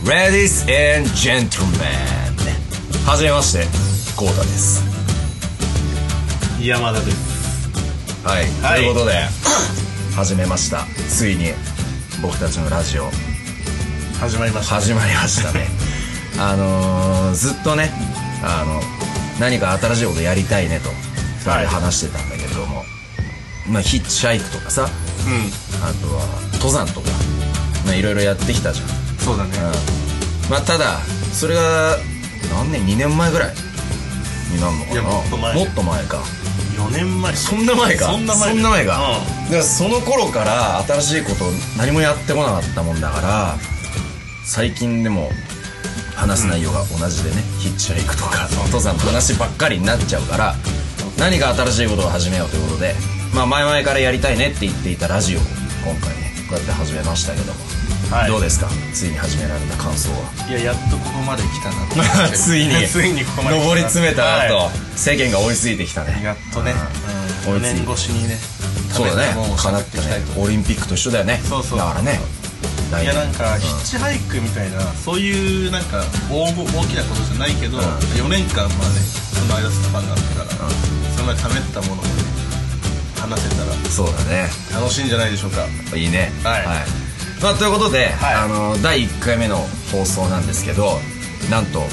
Ladies and gentlemen、 はじめまして、コウタです。 山田です。 はい、はい、ということで始めました。ついに僕たちのラジオ始まりましたねずっとね何か新しいことやりたいねと2人で話してたんだけれども、はい、まあヒッチハイクとかさ、あとは登山とか、まあいろいろやってきたじゃん。 そうだね、 まあただそれが何年、2年前ぐらいになるのかな。もっと前か、 4年前。 そんな前か、だからその頃から新しいこと何もやってこなかったもんだから、最近でも話す内容が同じでね、ヒッチハイクとか登山の話ばっかりになっちゃうから、何か新しいことを始めようということで、まあ前々からやりたいねって言っていたラジオを今回ねこうやって始めましたけども、はい、どうですか、ついに始められた感想は。 いや、やっとここまで来たなとついにここまで上り詰めたなと、はい、世間が追いついてきたね。 やっとね、4年越しにね、 そうだね、叶ったね。オリンピックと一緒だよね。そうそう、だからね、 いや、なんかヒッチハイクみたいな、そういうなんか大きなことじゃないけど、4年間まあね、その間スパンがあってから、その前貯めたものをね話せたら、 そうだね、 楽しいんじゃないでしょうか。 いいね。はい、はい。まあということで、はい、第1回目の放送なんですけど、なんと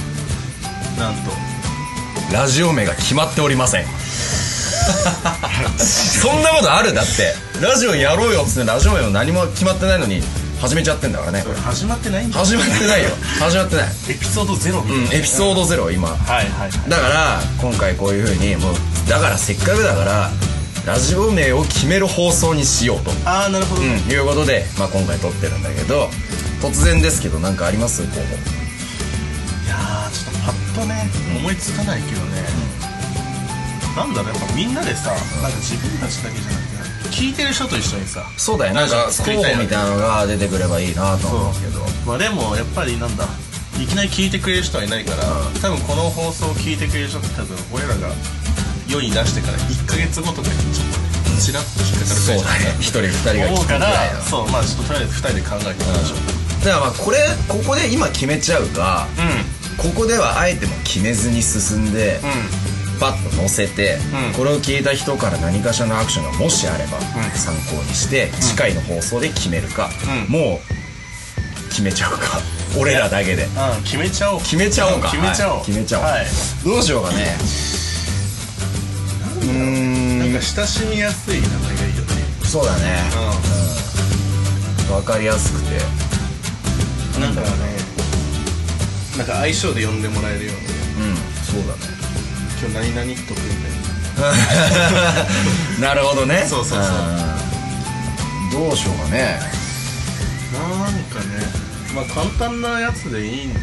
ラジオ名が決まっておりません。そんなことある？だってラジオやろうよっつってラジオ名も何も決まってないのに始めちゃってんだからね。 始まってないんだよ。 始まってないよ。始まってない。 エピソード0みたいな、 エピソード0今。はいはい、だから今回こういう風に、もうだからせっかくだからラジオ名を決める放送にしようと。 ああ、なるほど、 いうことで、まあ今回撮ってるんだけど、突然ですけど何かあります？候補。いやー、ちょっとパッとね、思いつかないけどね、なんだろう、やっぱみんなでさ、なんか自分たちだけじゃなくて聞いてる人と一緒にさ、 そうだよ、なんか候補みたいなのが出てくればいいなと思うけど、 まあでもやっぱりなんだ、いきなり聞いてくれる人はいないから、多分この放送を聞いてくれる人って多分俺らが世に出してから1ヶ月後とかにちょっとねチラッと引っかかるくらいじゃないかな、1人2人が聞くくらいな。そう、まあちょっととりあえず2人で考えてみましょう。 だからまあここで今決めちゃうか、ここではあえても決めずに進んで、パッと載せて、これを聞いた人から何かしらのアクションがもしあれば参考にして、次回の放送で決めるか、もう決めちゃうか、俺らだけで決めちゃおうか。 決めちゃおう、はい、どうしようかね。 なんか親しみやすい名前がいいよね。 そうだね、分かりやすくて、 なんかね、なんか相性で呼んでもらえるような。 そうだね、 今日何々っとくみたいな。なるほどね。 そうそうそう。 どうしようかね。 なんかね、まあ簡単なやつでいいんだよね。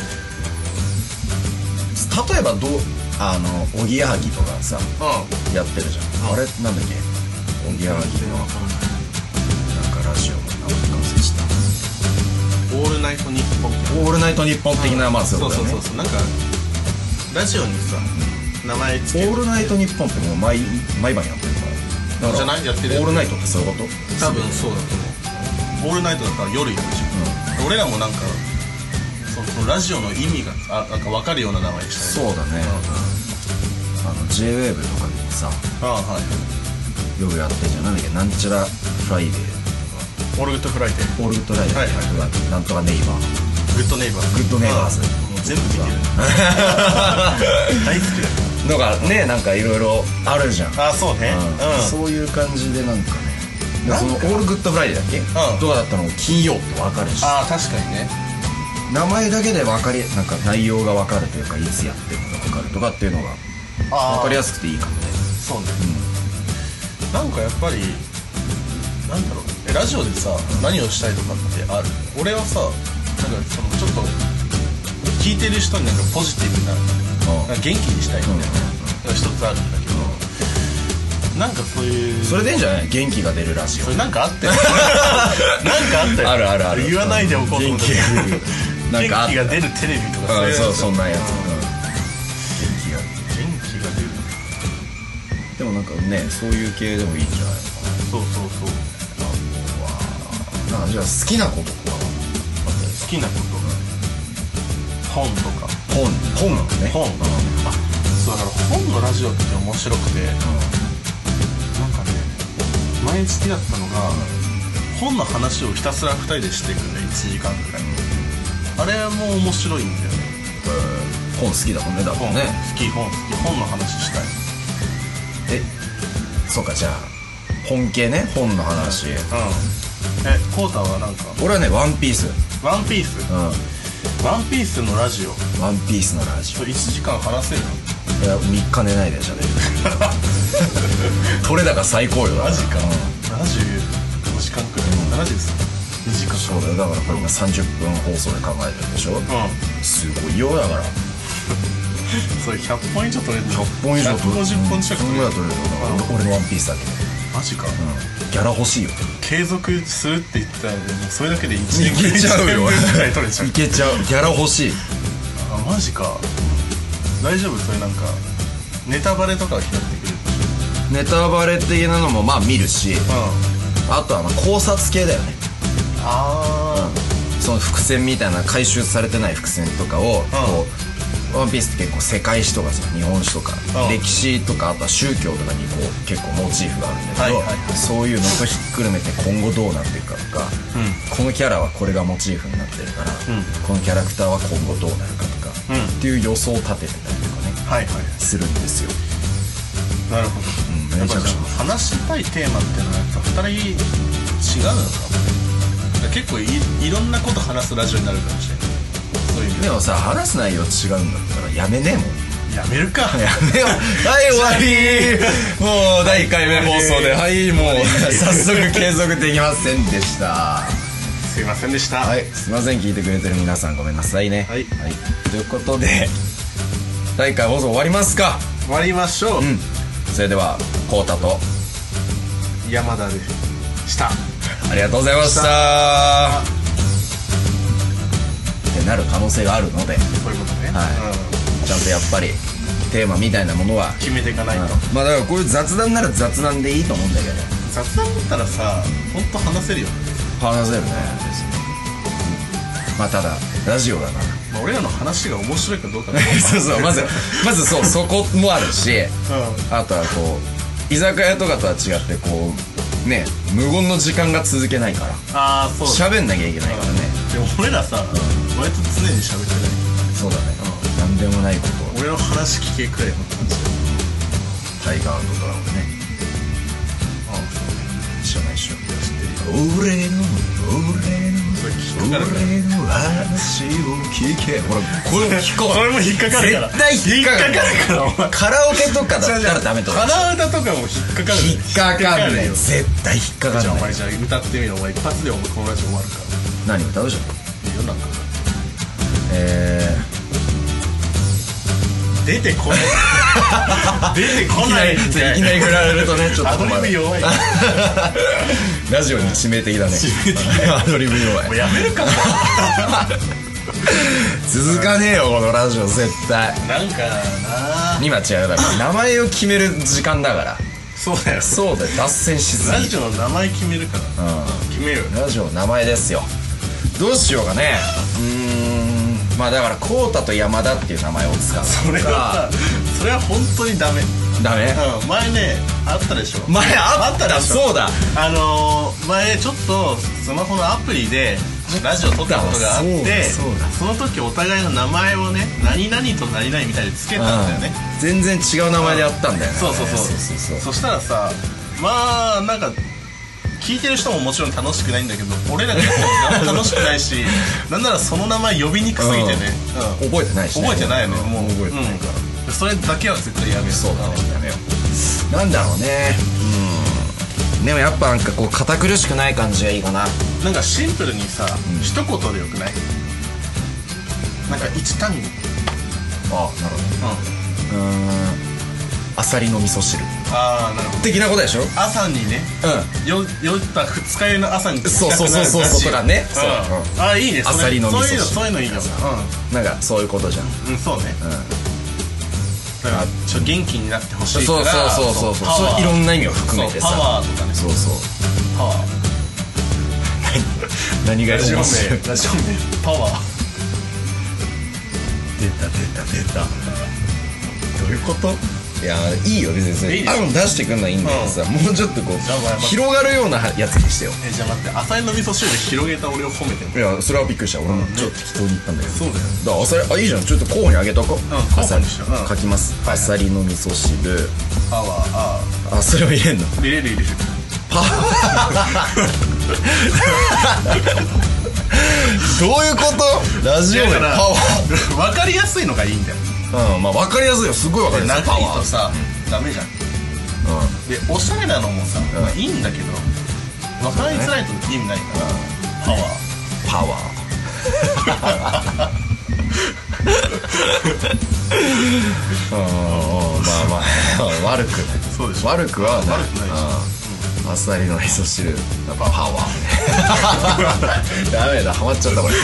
例えばおぎやはぎとかさ、やってるじゃん。あれなんだっけ、おぎやはぎのなんかラジオの名前完成した。 オールナイトニッポン。 オールナイトニッポン的な、まあそうだよね。 そう、なんかラジオにさ名前つける。 オールナイトニッポンってもう毎晩やってるから。 じゃない、やってる。 オールナイトってそういうこと？ 多分そうだと思う。オールナイトだったら夜やるじゃん。俺らもなんかそのラジオの意味がなんか分かるような名前にしたい。 そうだね。J-WAVE とかでもさ、よくやってんじゃん。なんだっけ、なんちゃらフライデーとか、 オールグッドフライデー、 オールグッドフライデーとか、なんとかネイバー、 グッドネイバー、 グッドネイバーズ、 全部見てる。大好きだのがね、なんかいろいろあるじゃん。 そうね。 そういう感じでなんかね、そのオールグッドフライデーだっけとかだったの金曜って分かるし。 確かにね。 名前だけでなんか内容が分かるというか、いつやってるのが分かるとかっていうのが分かりやすくていいかもね。 そうね。なんかやっぱりなんだろう、ラジオでさ何をしたいとかってある？俺はさ、なんかそのちょっと聞いてる人になんかポジティブな、元気にしたいみたいなのが一つあるんだけど、なんかそういう、 それでいいんじゃない？元気が出るラジオ。 それなんかあったよ。なんかあったよ。 ある。 言わないでおこうと思って。 元気が出るテレビとか、 そんなやつ。元気が出る。 でもなんかね、そういう系でもいいんじゃないのかな。 そう。 あとはじゃあ好きなこととか。 好きなこと。 本とか本なのね。 本、あ、そうだから本のラジオって面白くて、なんかね前好きだったのが、本の話をひたすら2人でしていくんだよ、1時間くらい。あれも面白いんだよね。 本好きだもんね、だもんね。 本の話したい。 そうか、じゃあ本系ね、本の話。 コウタはなんか。 俺はね、ワンピース。 ワンピースのラジオ。 ワンピースのラジオ 1時間話せるの？ いや、3日寝ないでじゃね取れ高最高よ。 マジか。75時間くらい。2時間。 そうだよ。だからこれ今30分放送で考えてるでしょ。すごいよ。だからそれ100本以上取れるの？ 100本以上取れる。 150本近く取れる。 俺のワンピースだけマジか。 ギャラ欲しいよ。 継続するって言ったらもうそれだけで1年いけちゃうよ。 ぐらい取れちゃう。 いけちゃう。ギャラ欲しい。 あ、マジか。大丈夫？それなんかネタバレとかは拾ってくる？ ネタバレ的なのもまあ見るし、あとは考察系だよね。その伏線みたいな回収されてない伏線とかをこう、ワンピースって結構世界史とかさ、日本史とか歴史とか、あとは宗教とかにこう結構モチーフがあるんだけど、そういうのとひっくるめて今後どうなっていくかとか、このキャラはこれがモチーフになってるから、このキャラクターは今後どうなるかとかっていう予想を立ててたりとかね、するんですよ。 なるほど。やっぱ話したいテーマっていうのはやっぱ2人違うのかも。結構いろんなこと話すラジオになるかもしれない。そういう意味でもさ、話す内容違うんだったらやめねえもん。 やめるか。 やめよう。はい、終わり。もう第1回目放送で、はい、もう早速継続できませんでした。 すいませんでした。 はい、すいません、聞いてくれてる皆さんごめんなさいね。はい、ということで第1回放送終わりますか。 終わりましょう。 それではコウタと山田でした。 ありがとうございました。ってなる可能性があるので、 そういうことね。 ちゃんとやっぱりテーマみたいなものは決めていかないと。 まあだからこういう雑談なら雑談でいいと思うんだけど、 雑談だったらさ、ほんと話せるよね。 話せるね。まあただラジオだな。 まあ、俺らの話が面白いかどうかそうそう、まずそう、そこもあるし、あとはこう居酒屋とかとは違ってこうね、無言の時間が続けないから、 そう喋んなきゃいけないからね。 でも俺らさ、割と常に喋ってない。 そうだね。なんでもないことを、 俺の話聞けくらいの感じ。 タイガー&ドラゴンね。知らないでしょ。知ってるよ。俺の話を聞け。ほら、これも引っかかる。 これも引っかかるから。 絶対引っかかるから。カラオケとかだったらダメとか。 鼻歌とかも引っかかる。 引っかかるね。絶対引っかかるね。 じゃあお前歌ってみろ。お前一発でこのラジオ終わるから。 何歌うじゃん。 いいよ、なんか出てこない。出てこない。 いきなり振られるとね、ちょっとアドリブ弱い。 ラジオに致命的だね。アドリブ弱い。 もうやめるか。 続かねえよこのラジオ絶対。 なんかな、 今違うだから名前を決める時間だから。 そうだよ。 そうだよ、脱線しすぎ。 ラジオの名前決めるから。決めよう。 ラジオの名前ですよ。どうしようかね。まあだからコウタと山田っていう名前を使う。 それは本当にダメ。 ダメ？ 前ねあったでしょ。 前あったでしょ。そうだ。 前ちょっとスマホのアプリでラジオ撮ったことがあって、その時お互いの名前をね、何々と何々みたいにつけたんだよね。 全然違う名前でやったんだよね。 そう。そしたらさ、まあなんか聞いてる人ももちろん楽しくないんだけど、俺らが楽しくないし、なんならその名前呼びにくすぎてね。 覚えてないしね。 覚えてないよね。もう覚えてないから。 それだけは絶対やめよう。 そうだね、やめよう。なんだろうね。でもやっぱなんかこう堅苦しくない感じがいいかな。 なんかシンプルにさ、一言でよくない？なんか一単語。 ああ、なるほど。アサリの味噌汁。 ああ、なるほど。 的なことでしょ。 朝にね。酔った二日酔いの朝に。 そうとかね。 ああ、いいね。 アサリの味噌汁。 そういうのいいよ。 なんかそういうことじゃん。 そうね。だから元気になってほしいから。 そういろんな意味を含めてさ。 パワーとかね。 そうパワー。何が面白い？ ラジオ名パワー。 出たどういうこと？ いやいいよ別にそれ案出してくんのはいいんだけどさ、もうちょっとこう広がるようなやつにしてよ。 じゃあ待って、浅井の味噌汁で広げた俺を褒めてんの？ いやそれはびっくりした。俺もちょっと適当に言ったんだけど。 そうだよ。 だからいいじゃん、ちょっと候補にあげとこう。 候補にしよう。 書きます。あさりの味噌汁。それを入れんの？ 入れるパワーどういうこと？ラジオでパワー分かりやすいのがいいんだよ。 まあ分かりやすいよ、すごい分かりやすい。 長いとさダメじゃん。でおしゃれなのもさいいんだけど、分かりづらいと意味ないからパワーまあ悪くない。 そうでしょ。 悪くはない。 悪くないし、 あさりの味噌汁パワーダメだ、ハマっちゃったこれ。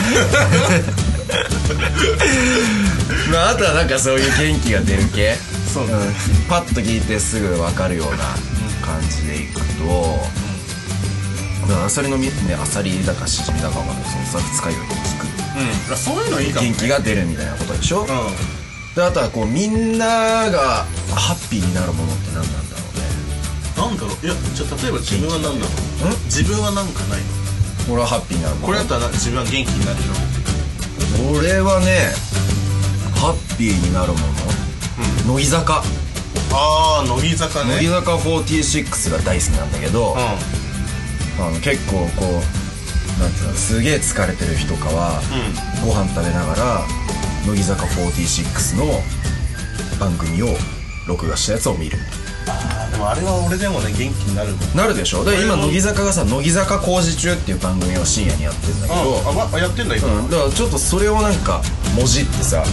まああとはなんかそういう元気が出る系。 そうだね。 パッと聞いてすぐ分かるような感じでいくと、だからあさりのね、あさりだかしじみだか分かんない、そのさ二日酔いで聞く、 そういうのいいかもね。 元気が出るみたいなことでしょ。であとはこうみんながハッピーになるものって何なんだろうね。 なんだろう。いやじゃあ例えば自分は何だろう。自分はなんかないの？ 俺はハッピーになるもの。 これだったら自分は元気になるよ。 俺はねハッピーになるもの、乃木坂。 乃木坂ね。 乃木坂46が大好きなんだけど、結構こうなんていうの、すげえ疲れてる日とかは、ご飯食べながら乃木坂46の番組を録画したやつを見る。 でもあれは俺でもね元気になるもん。 なるでしょ。で今乃木坂がさ乃木坂工事中っていう番組を深夜にやってるんだけど、 やってんだ今。 だからちょっとそれをなんかもじってさ、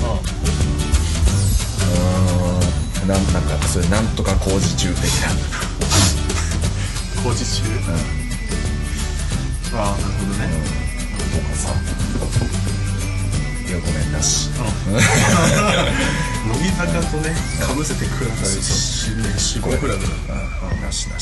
なんかそれなんとか工事中的な工事中。なるほどね。 とかさ、いやごめんなし。 乃木坂とねかぶせてください。四五クラブだ。 なし。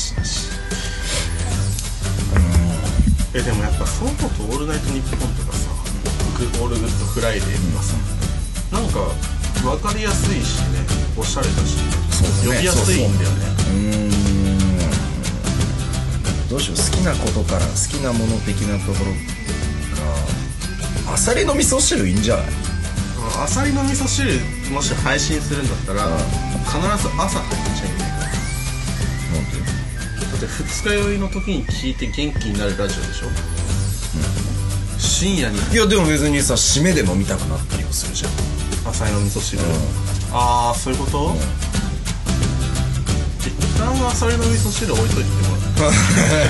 でもやっぱそう思うと「オールナイトニッポン」とかさ「オールグッドフライデー」とかさ、なんか分かりやすいしね、おしゃれだし、呼びやすいんだよね。 どうしよう、好きなことから好きなもの的なところが、あさりの味噌汁いいんじゃない？ あさりの味噌汁もし配信するんだったら、必ず朝入っちゃいけないから。 なんで？ だって二日酔いの時に聞いて元気になるラジオでしょ。深夜に。 いやでも別にさ、締めで飲みたくなったりもするじゃん、 あさりの味噌汁。そういうこと？一旦あさりの味噌汁置いといてもらって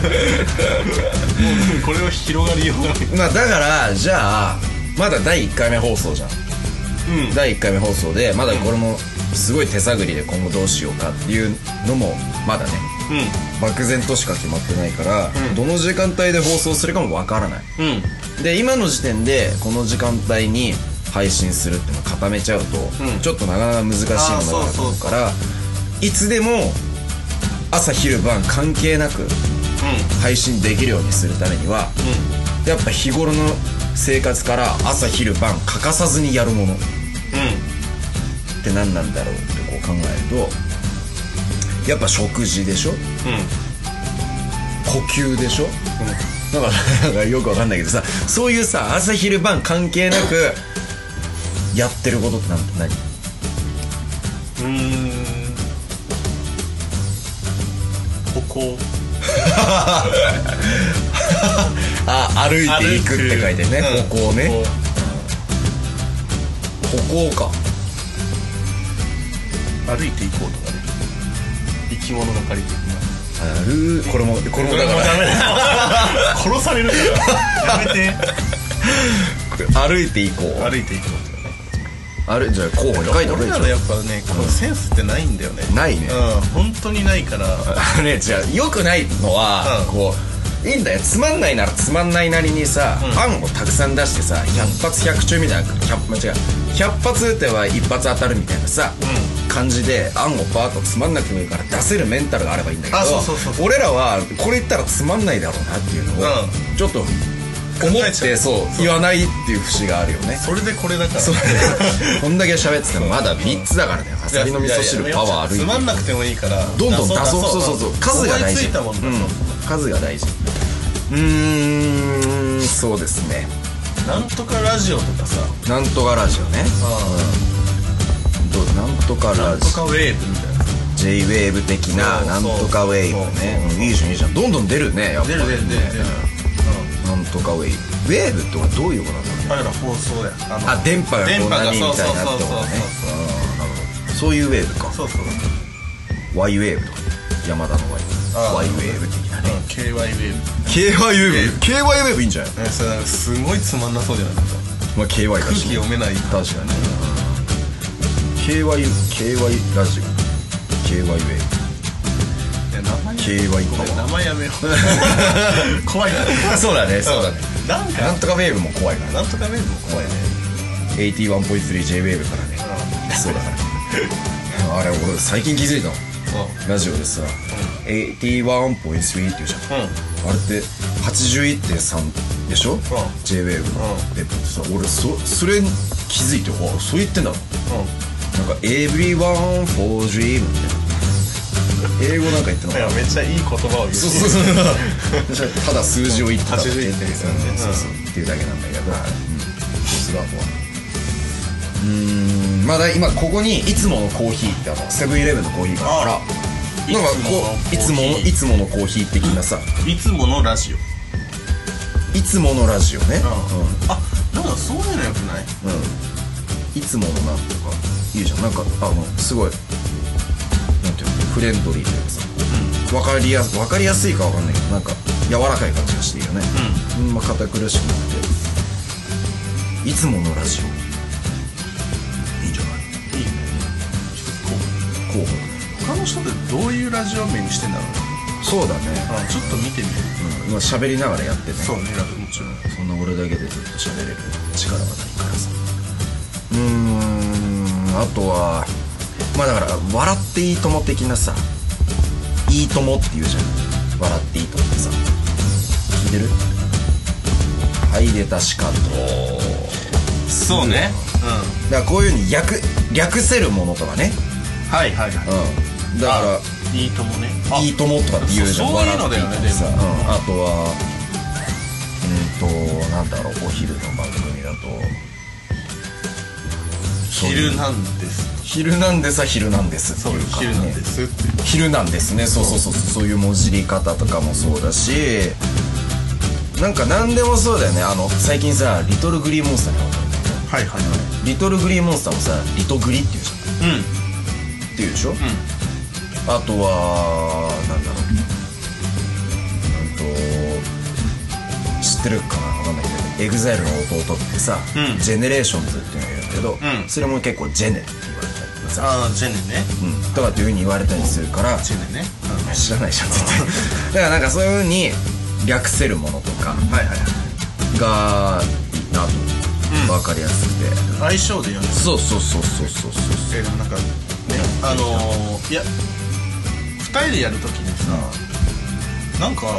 もうこれは広がりようがない。 まあだからじゃあまだ第1回目放送じゃん。第1回目放送でまだこれもすごい手探りで今後どうしようかっていうのもまだね、漠然としか決まってないから、どの時間帯で放送するかもわからない、で今の時点でこの時間帯に配信するっていうのを固めちゃうと、ちょっとなかなか難しいものだなと思うから、いつでも朝昼晩関係なく配信できるようにするためには、やっぱ日頃の生活から朝昼晩欠かさずにやるものって何なんだろうってこう考えると、やっぱ食事でしょ、呼吸でしょ、なんかよくわかんないけどさ、そういうさ朝昼晩関係なくやってることって何？ 歩行。 歩いていくって書いてね、歩行ね。歩行か。 歩いていこうとかね。生き物が借りていきます。 これもだからダメだ。殺されるからやめて。 歩いていこう。 歩いていこうとかね。 じゃあ候補に書いておくでしょ。 俺らのやっぱね、このセンスってないんだよね。 ないね。 本当にないから。 じゃあ良くないのは、こういいんだよ。つまんないならつまんないなりにさ、案をたくさん出してさ、100発100中みたいな、100発打てば1発当たるみたいなさ、感じで案をバーッとつまんなくてもいいから出せるメンタルがあればいいんだけど、俺らはこれ言ったらつまんないだろうなっていうのをちょっと思ってそう言わないっていう節があるよね。 それでこれだからそうこんだけ喋っててもまだ3つだからね。あさりの味噌汁パワーある。 つまんなくてもいいからどんどん出そう。そう数が大事。数が大事。そうですね。 なんとかラジオとかさ、 なんとかラジオね。なんとかラジオ、 なんとかウェーブみたいな J-WAVE 的ななんとかウェーブね。いいじゃんいいじゃん。どんどん出るね。やっぱ出るなんとかウェーブ。ウェーブってどういうことなんだろう。 だから放送だよ。 電波がこう何みたいになってことね。そういうウェーブか。 そう Y ウェーブとか山田の Y ウェーブ的なね。 KY ウェーブ KY ウェーブ KY ウェーブいいんじゃない。 それなんかすごいつまんなそうじゃないですか。 まあ KY だし空気読めない。 確かに KY ラジオ KY ウェーブ。KY パワー。 名前やめよう。怖いな。 そうだねそうだね。なんとかウェーブも怖いから。 なんとかウェーブも怖いね。 81.3 J-WAVE からね。そうだからあれ俺最近気づいたの。ラジオでさ 81.3 って言うじゃん。あれって 81.3 でしょ。 J-WAVE の電波ってさ、俺それ気づいて、そう言ってんだもん。なんか Everyone for Dream みたいな英語なんか言ってんのかな。 めっちゃいい言葉を言う。 そうただ数字を言ってたって 81.3 っていうだけなんだけど、それはまだ今ここにいつものコーヒーってセブンイレブンのコーヒーがあるから、なんかこういつものコーヒー的なさ、 いつものラジオ、 いつものラジオね。 なんかそういうのよくない？ いつものなんとかいいじゃん。なんかすごいなんていうの、フレンドリーというかさ、分かりやすいか分かんないけど、なんか柔らかい感じがしていいよね。堅苦しくなくて、いつものラジオいいんじゃない？ いいね。 候補。 他の人ってどういうラジオ名にしてんだろうね。 そうだね。 ちょっと見てみる。 今喋りながらやってね。 そうね、もちろん。 そんな俺だけでずっと喋れる力はないからさ。あとはまあだから笑っていいとも的なさ、いいともって言うじゃん。笑っていいともってさ、聞いてる？はい出たしかと。 そうね。 だからこういう風に略せるものとかね。 だからいいともね、いいともとかって言うじゃん。 そういうのだよね。でもあとはなんだろう、お昼の番組だとヒルナンデス。 ヒルナンデスはヒルナンデスっていうかね。 ヒルナンデスってヒルナンデスね。そういう文字り方とかもそうだし、なんか何でもそうだよね。最近さリトルグリーンモンスターにハマってるんだけど、リトルグリーンモンスターもさリトグリって言うじゃん。って言うでしょ。あとはなんだろう、知ってるかな分かんないけど、エグザイルの弟ってさ、ジェネレーションズっていうのがいるんだけど、それも結構ジェネって言われたりとかさ、 ジェネね、 とかっていう風に言われたりするから、 ジェネね、 知らないじゃん絶対。だからなんかそういう風に略せるものとかがいいなと、分かりやすくて相性でやる。 そうなんかね、いや2人でやるときにさ、なんか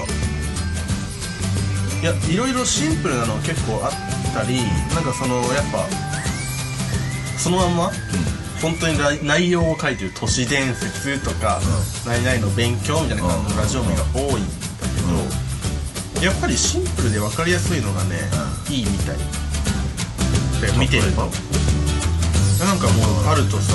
いろいろシンプルなの結構あったり、なんかやっぱそのまんま本当に内容を書いてる都市伝説とか何々の勉強みたいな感じのラジオ名が多いんだけど、やっぱりシンプルで分かりやすいのがねいいみたいで、見てるとなんかもうあるとさ、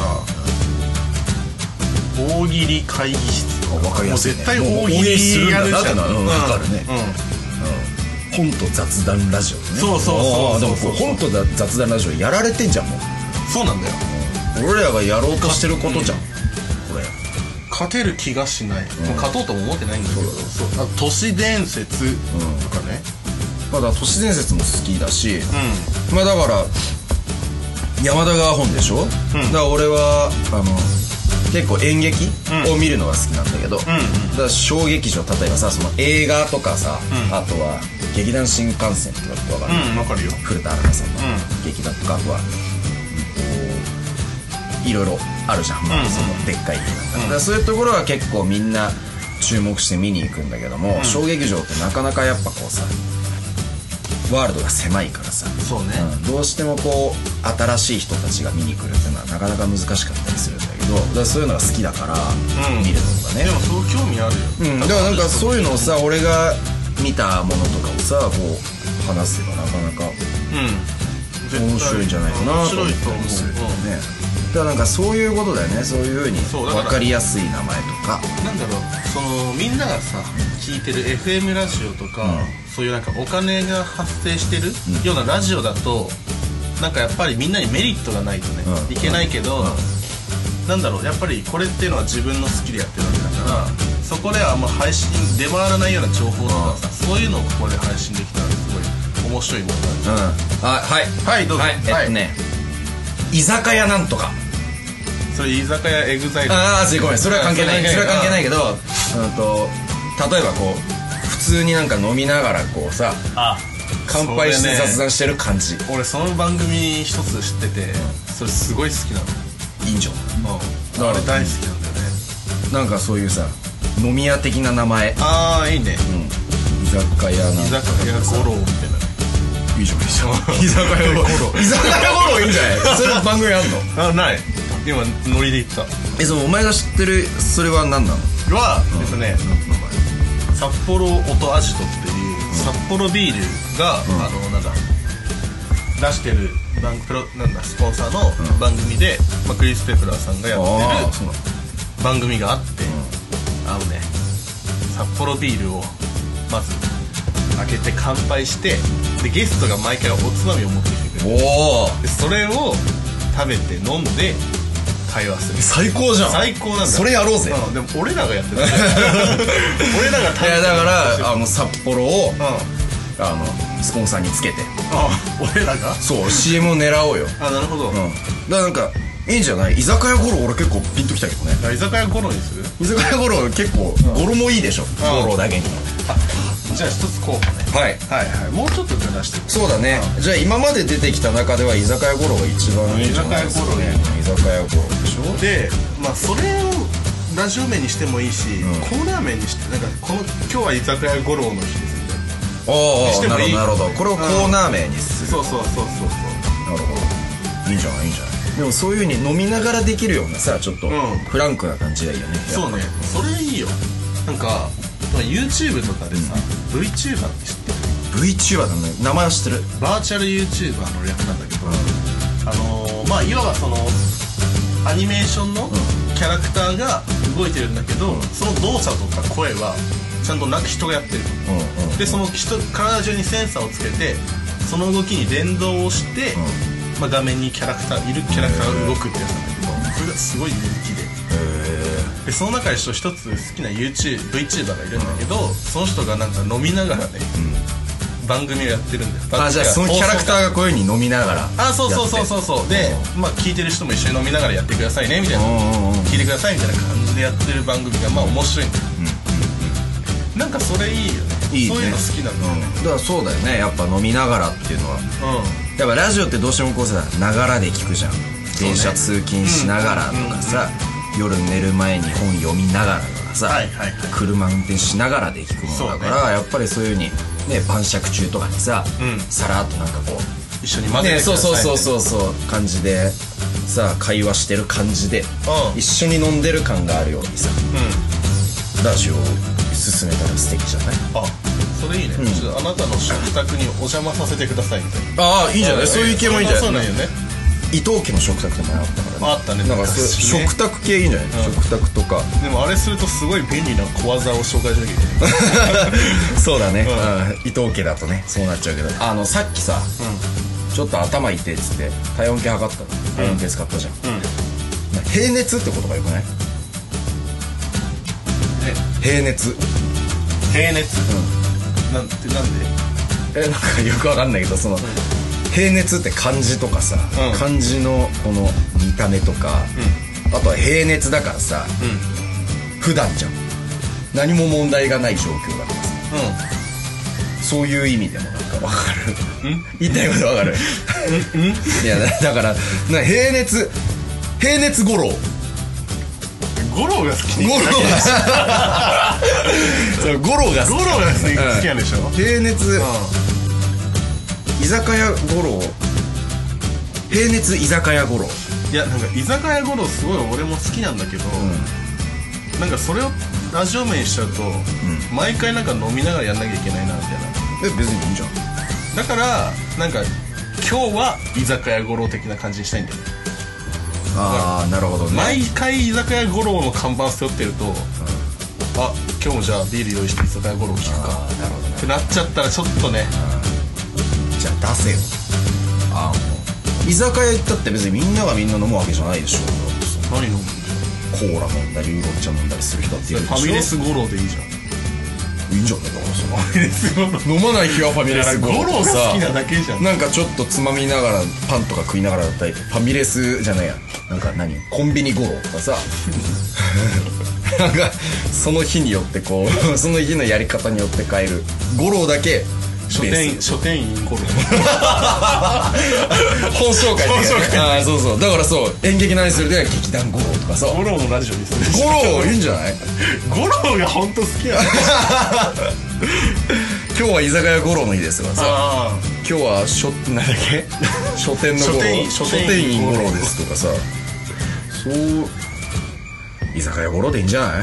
大喜利会議室とか分かりやすいね。 もう絶対大喜利やるじゃん。 分かるね。本と雑談ラジオね。 そうでも本と雑談ラジオやられてんじゃんもう。 そうなんだよ。 俺らがやろうとしてることじゃんこれ。 勝てる気がしない。もう勝とうとも思ってないんだけど、都市伝説とかね。 まだ都市伝説も好きだし、まあだから山田が本でしょ。だから俺は結構演劇を見るのが好きなんだけど、だから小劇場、例えばさ、その映画とかさ、あとは劇団新幹線とかって分かる？ 分かるよ。 古田新太さんの劇団とか、あとはいろいろあるじゃん。そのでっかい劇団だから、そういうところは結構みんな注目して見に行くんだけども、小劇場ってなかなかやっぱこうさ、 ワールドが狭いからさ、 そうね、 どうしてもこう新しい人たちが見に来るっていうのはなかなか難しかったりするんだけど、だからそういうのが好きだから見るのとかね。 でもそう興味あるよ。 だからなんかそういうのをさ、俺が見たものとかをさこう話せばなかなか面白いんじゃないかなと思ったりするよね。だからなんかそういうことだよね。そういう風に分かりやすい名前とか、 なんだろう、そのみんながさ聞いてる FM ラジオとか、そういうなんかお金が発生してるようなラジオだと、なんかやっぱりみんなにメリットがないとね、いけないけど、なんだろう、やっぱりこれっていうのは自分の好きでやってるわけだから、そこではあんま配信出回らないような情報とかさ、そういうのをここで配信できたらすごい面白いものなんじゃない。はいどうぞ。 居酒屋なんとか、 それ居酒屋エグザイル。 ごめん、それは関係ない。それは関係ないけど、例えばこう普通になんか飲みながらこうさ、乾杯して雑談してる感じ。 俺その番組一つ知ってて、それすごい好きなの。 いいんじゃん。 あれ大好きなんだよね。 なんかそういうさ飲み屋的な名前。 いいね。 居酒屋なんとか、 居酒屋五郎みたいな。 いいじゃん、いいじゃん。居酒屋五郎。居酒屋五郎いいんじゃない？それ番組あんの？ ない。今ノリで言った。 そのお前が知ってるそれは何なの？ 札幌音アジトっていう札幌ビールがなんだ出してるスポンサーの番組で、クリス・ペプラーさんがやってる番組があって、札幌ビールをまず開けて乾杯して、でゲストが毎回おつまみを持ってきてくれる。でそれを食べて飲んで会話する。 最高じゃん。 最高なんだ。 それやろうぜ。 でも俺らがやってる。俺らが食べてる。 いやだから札幌をスポンサーにつけて、 俺らがそう CM を狙おうよ。 なるほど。 だからなんかいいんじゃない？居酒屋ゴロ俺結構ピンときたけどね。 居酒屋ゴロにする？ 居酒屋ゴロ結構語呂もいいでしょ。ゴロだけに。 じゃあ一つ候補ね。はいもうちょっと出して。 そうだね。じゃあ今まで出てきた中では居酒屋ゴロが一番いいんじゃないですかね。居酒屋ゴロでしょ。 でそれをラジオ名にしてもいいし、コーナー名にして、なんか今日は居酒屋ゴロの日ですみたいな。 なるほど。これをコーナー名にする。 そう。なるほど。いいんじゃない。でもそういう風に飲みながらできるようなさ、ちょっとフランクな感じがいいよね。 そうね。それいいよ。なんかYouTube とかでさ、VTuber って知ってる？ VTuber だね。名前は知ってる。 バーチャル YouTuber の略なんだけど、いわばそのアニメーションのキャラクターが動いてるんだけど、その動作とか声はちゃんと人がやってる。でその体中にセンサーをつけて、その動きに連動をして、画面にキャラクターが動くってやつなんだけど、それがすごい人気で、その中で一つ好きな VTuber がいるんだけど、その人がなんか飲みながらね、番組をやってるんだよ。 じゃあそのキャラクターがこういう風に飲みながら。 そうで、聞いてる人も一緒に飲みながらやってくださいねみたいな、聞いてくださいみたいな感じでやってる番組が面白いんだよ。なんかそれいいよね。そういうの好きなんだよね。 だからそうだよね。やっぱ飲みながらっていうのは、やっぱラジオってどうしてもこうさ、ながらで聞くじゃん。電車通勤しながらとかさ、夜寝る前に本読みながらとかさ、車運転しながらで聞くものだから、やっぱりそういう風にね、晩酌中とかにさ、さらっとなんかこう一緒に混ぜてくださいそう感じでさ、会話してる感じで一緒に飲んでる感があるようにさ、ラジオを進めたら素敵じゃない？ それいいね。あなたの食卓にお邪魔させてくださいみたいな。 いいんじゃない？そういう系もいいんじゃない？ そうなんよね。 伊藤家の食卓とかもあったからね。 あったね。 なんか食卓系いいんじゃない？食卓とか。 でもあれするとすごい便利な小技を紹介しなきゃいけない。 そうだね。伊藤家だとねそうなっちゃうけど、さっきさ、ちょっと頭痛いっつって体温計測ったの。体温計使ったじゃん。平熱って言葉よくない？平熱。 なんで？ なんかよくわかんないけど、その平熱って漢字とかさ、漢字のこの見た目とか、あとは平熱だからさ、普段じゃん。何も問題がない状況だからさ、そういう意味でもなんかわかる。言いたいことわかる。いやだから平熱五郎。 五郎が好き。 五郎が好きなんでしょ。平熱。 居酒屋五郎、平熱居酒屋五郎。 いやなんか居酒屋五郎すごい俺も好きなんだけど、なんかそれをラジオ名にしちゃうと、毎回なんか飲みながらやんなきゃいけないなみたいな。 別にいいんじゃん。 だからなんか今日は居酒屋五郎的な感じにしたいんだよね。 ああ、なるほどね。 毎回居酒屋五郎の看板背負ってると、あ、今日もじゃあビール用意して居酒屋五郎聞くか、 なるほどねってなっちゃったらちょっとね。 じゃあ出せよ。ああ、居酒屋行ったって別にみんながみんな飲むわけじゃないでしょ。 何飲むの？ コーラ飲んだりウーロン茶飲んだりする人っているでしょ。 ファミレス五郎でいいじゃん。 いいんじゃないだからそのファミレス五郎飲まない日はファミレス五郎が好きなだけじゃん。 なんかちょっとつまみながらパンとか食いながらだったり、ファミレスじゃないや、なんかコンビニ五郎とかさなんかその日によってこうその日のやり方によって変える五郎だけ書店員五郎本紹介で、ああそうそう、だからそう演劇何するで劇団五郎とかさ、 五郎もラジオにする。 五郎いいんじゃない？ 五郎が本当好きなの。 今日は居酒屋五郎の日ですからさ、今日はなんだっけ書店の五郎、書店員五郎ですとかさ、そう居酒屋五郎でいいんじゃない？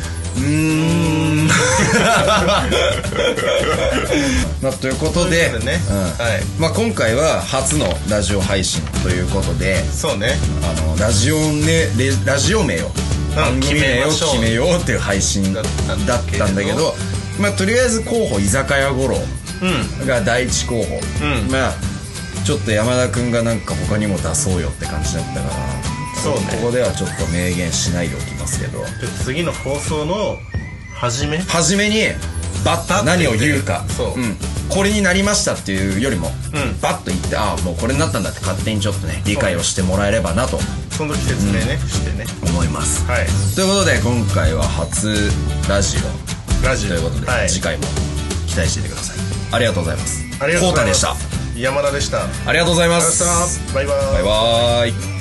まあということで、まあ今回は初のラジオ配信ということで、 そうね、 ラジオ名を番組名を決めようっていう配信だったんだけど、まあとりあえず候補居酒屋五郎が第一候補、まあちょっと山田君がなんか他にも出そうよって感じだったから、そうね、ここではちょっと明言しないでおきますけど、 次の放送の初めにバッと何を言うか、 そう、 これになりましたっていうよりも、バッと言って、ああもうこれになったんだって勝手にちょっとね理解をしてもらえればなと、 その時説明ね、してね思います。 はい、 ということで今回は初ラジオということで、次回も期待していてください。ありがとうございます。コータでした。 山田でした。 ありがとうございます。 バイバイ。 バイバイ。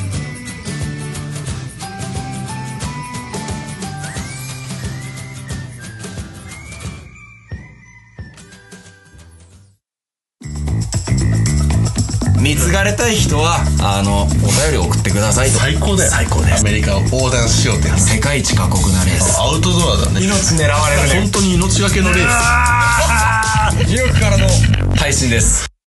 貢がれたい人はお便りを送ってくださいと。 最高だよ。 最高です。 アメリカを横断しようって世界一過酷なレース。 アウトドアだね。 命狙われるね。 本当に命がけのレース。 ニューヨークからの配信です。